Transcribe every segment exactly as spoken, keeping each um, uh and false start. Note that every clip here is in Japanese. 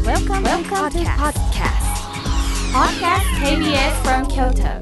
Welcome, Welcome to podcast. Podcast ケービーエス from Kyoto.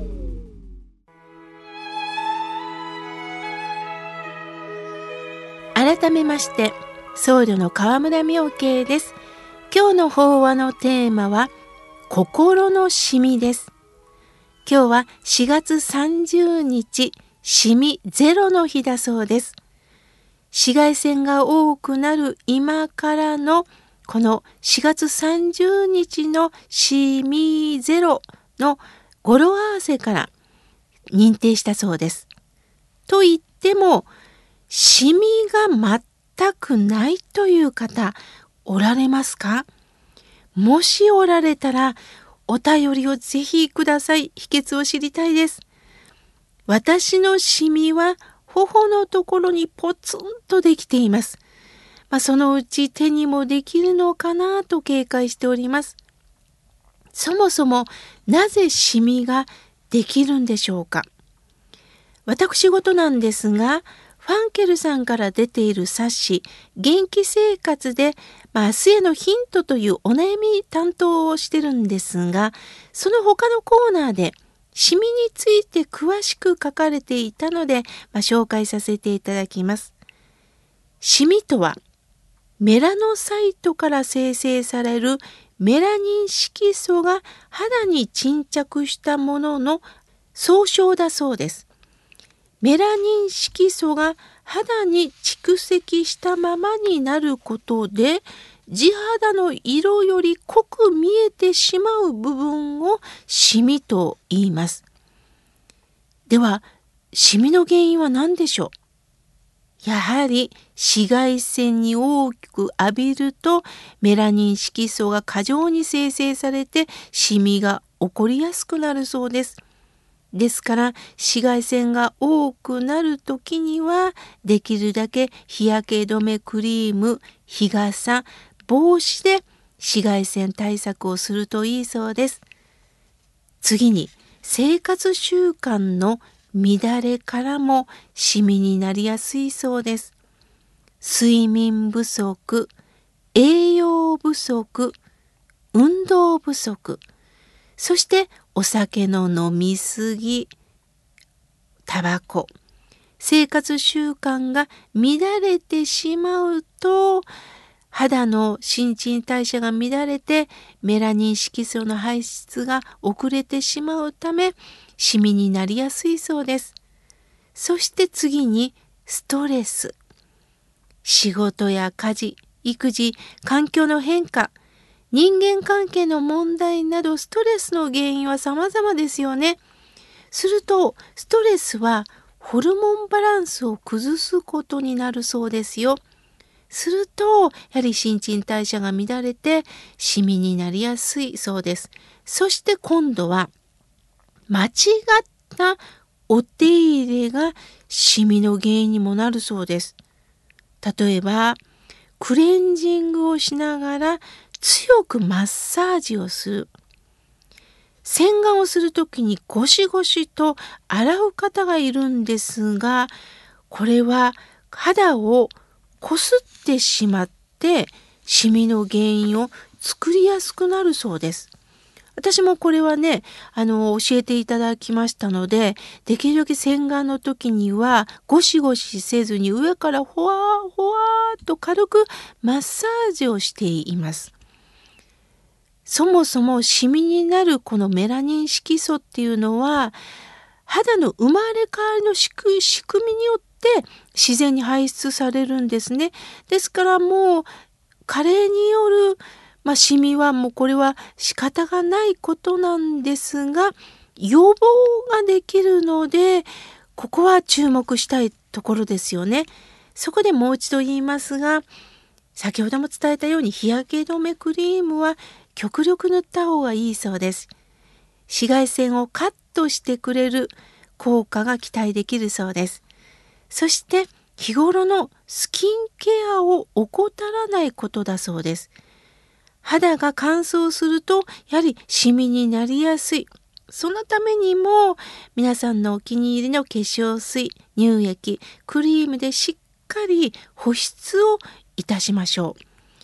改めまして僧侶の河村妙慶です。今日の法話のテーマは心のシミです。今日はしがつさんじゅうにちシミゼロの日だそうです。紫外線が多くなる今からのこのしがつさんじゅうにちのシミゼロの語呂合わせから認定したそうです。と言ってもシミが全くないという方おられますか？もしおられたらお便りをぜひください。秘訣を知りたいです。私のシミは頬のところにポツンとできています。まあ、そのうち手にもできるのかなと警戒しております。そもそもなぜシミができるんでしょうか。私事なんですが、ファンケルさんから出ている冊子元気生活で、まあ、明日へのヒントというお悩み担当をしてるんですが、その他のコーナーでシミについて詳しく書かれていたので、まあ、紹介させていただきます。シミとはメラノサイトから生成されるメラニン色素が肌に沈着したものの総称だそうです。メラニン色素が肌に蓄積したままになることで、地肌の色より濃く見えてしまう部分をシミと言います。では、シミの原因は何でしょう？やはり紫外線に大きく浴びるとメラニン色素が過剰に生成されてシミが起こりやすくなるそうです。ですから紫外線が多くなるときにはできるだけ日焼け止めクリーム、日傘、帽子で紫外線対策をするといいそうです。次に生活習慣の乱れからもシミになりやすいそうです。睡眠不足、栄養不足、運動不足、そしてお酒の飲みすぎ、タバコ、生活習慣が乱れてしまうと肌の新陳代謝が乱れてメラニン色素の排出が遅れてしまうためシミになりやすいそうです。そして次にストレス。仕事や家事、育児、環境の変化、人間関係の問題などストレスの原因は様々ですよね。するとストレスはホルモンバランスを崩すことになるそうですよ。するとやはり新陳代謝が乱れてシミになりやすいそうです。そして今度は間違ったお手入れがシミの原因にもなるそうです。例えばクレンジングをしながら強くマッサージをする。洗顔をするときにゴシゴシと洗う方がいるんですが、これは肌をこすってしまってシミの原因を作りやすくなるそうです。私もこれはね、あの教えていただきましたので、できるだけ洗顔の時にはゴシゴシせずに上からほわーほわーと軽くマッサージをしています。そもそもシミになるこのメラニン色素っていうのは肌の生まれ変わりの仕組みによって自然に排出されるんですね。ですからもう加齢によるまあ、シミはもうこれは仕方がないことなんですが、予防ができるのでここは注目したいところですよね。そこでもう一度言いますが、先ほども伝えたように日焼け止めクリームは極力塗った方がいいそうです。紫外線をカットしてくれる効果が期待できるそうです。そして日頃のスキンケアを怠らないことだそうです。肌が乾燥するとやはりシミになりやすい。そのためにも皆さんのお気に入りの化粧水、乳液、クリームでしっかり保湿をいたしましょう。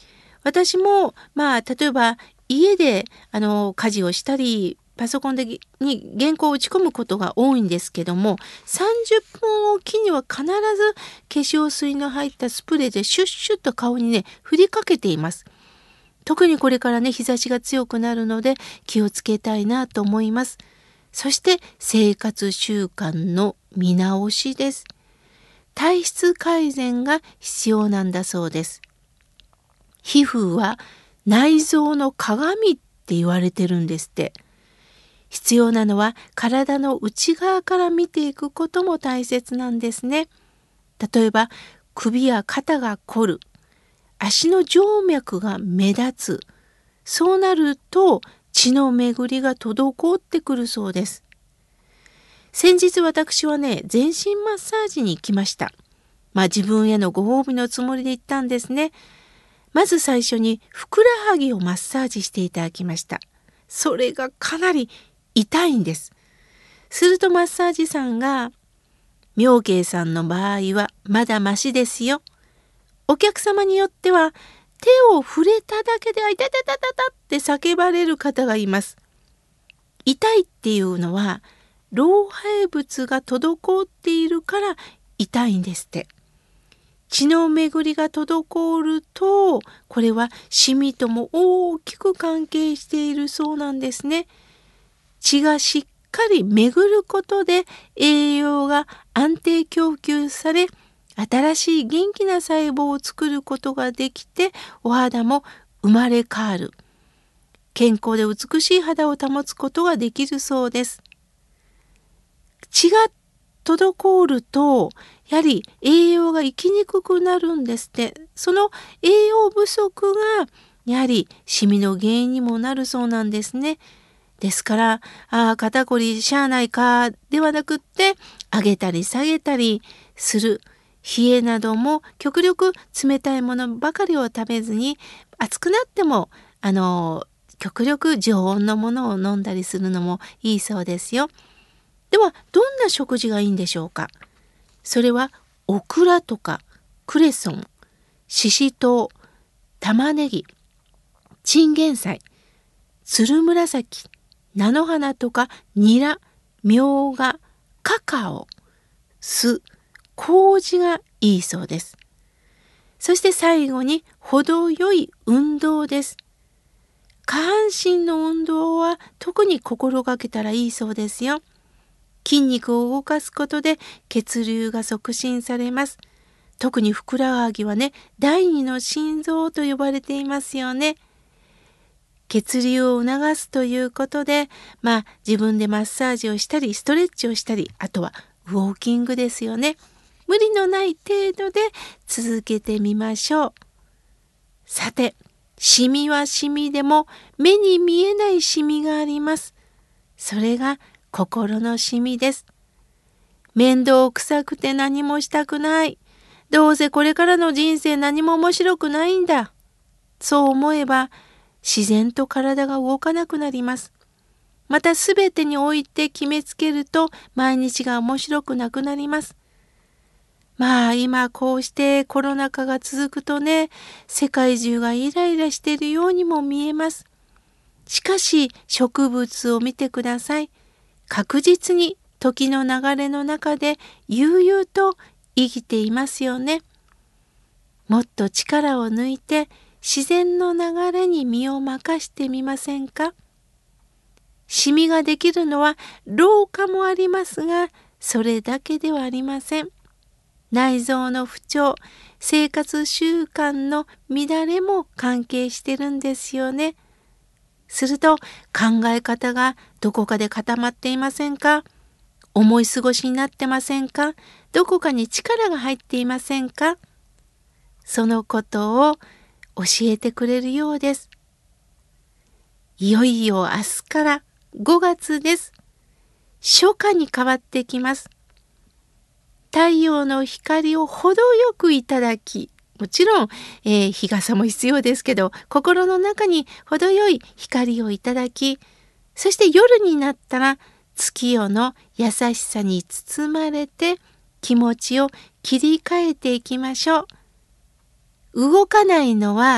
私もまあ例えば家であの家事をしたりパソコンでに原稿を打ち込むことが多いんですけども、さんじゅっぷんおきには必ず化粧水の入ったスプレーでシュッシュッと顔にね振りかけています。特にこれからね日差しが強くなるので気をつけたいなと思います。そして生活習慣の見直しです。体質改善が必要なんだそうです。皮膚は内臓の鏡って言われてるんですって。必要なのは体の内側から見ていくことも大切なんですね。例えば首や肩が凝る、足の静脈が目立つ、そうなると血の巡りが滞ってくるそうです。先日私はね全身マッサージに行きました。まあ自分へのご褒美のつもりで行ったんですね。まず最初にふくらはぎをマッサージしていただきました。それがかなり痛いんです。するとマッサージさんが、妙慶さんの場合はまだマシですよ。お客様によっては手を触れただけであいたたたたたって叫ばれる方がいます。痛いっていうのは老廃物が滞っているから痛いんですって。血の巡りが滞ると、これはシミとも大きく関係しているそうなんですね。血がしっかり巡ることで栄養が安定供給され、新しい元気な細胞を作ることができて、お肌も生まれ変わる。健康で美しい肌を保つことができるそうです。血が滞るとやはり栄養が行きにくくなるんですって。その栄養不足がやはりシミの原因にもなるそうなんですね。ですからああ肩こりしゃあないかではなくって、上げたり下げたりする、冷えなども極力冷たいものばかりを食べずに、暑くなってもあの極力常温のものを飲んだりするのもいいそうですよ。ではどんな食事がいいんでしょうか。それはオクラとかクレソン、ししとう、玉ねぎ、チンゲン菜、つるむらさき、菜の花とかニラ、みょうが、カカオ、酢、麹がいいそうです。そして最後に程よい運動です。下半身の運動は特に心がけたらいいそうですよ。筋肉を動かすことで血流が促進されます。特にふくらはぎはね、第二の心臓と呼ばれていますよね。血流を促すということで、まあ自分でマッサージをしたり、ストレッチをしたり、あとはウォーキングですよね。無理のない程度で続けてみましょう。さて、シミはシミでも目に見えないシミがあります。それが心のシミです。面倒くさくて何もしたくない。どうせこれからの人生何も面白くないんだ。そう思えば自然と体が動かなくなります。またすべてにおいて決めつけると毎日が面白くなくなります。まあ今こうしてコロナ禍が続くとね、世界中がイライラしているようにも見えます。しかし植物を見てください。確実に時の流れの中で悠々と生きていますよね。もっと力を抜いて自然の流れに身を任してみませんか。シミができるのは老化もありますが、それだけではありません。内臓の不調、生活習慣の乱れも関係してるんですよね。すると考え方がどこかで固まっていませんか？思い過ごしになってませんか？どこかに力が入っていませんか？そのことを教えてくれるようです。いよいよ明日からごがつです。初夏に変わってきます。太陽の光を程よくいただき、もちろん、えー、日傘も必要ですけど、心の中に程よい光をいただき、そして夜になったら月夜の優しさに包まれて気持ちを切り替えていきましょう。動かないのは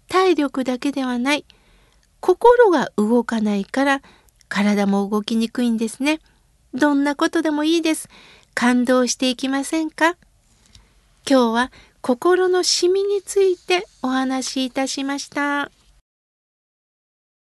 体力だけではない。心が動かないから体も動きにくいんですね。どんなことでもいいです。感動していきませんか？今日は心のシミについてお話しいたしました。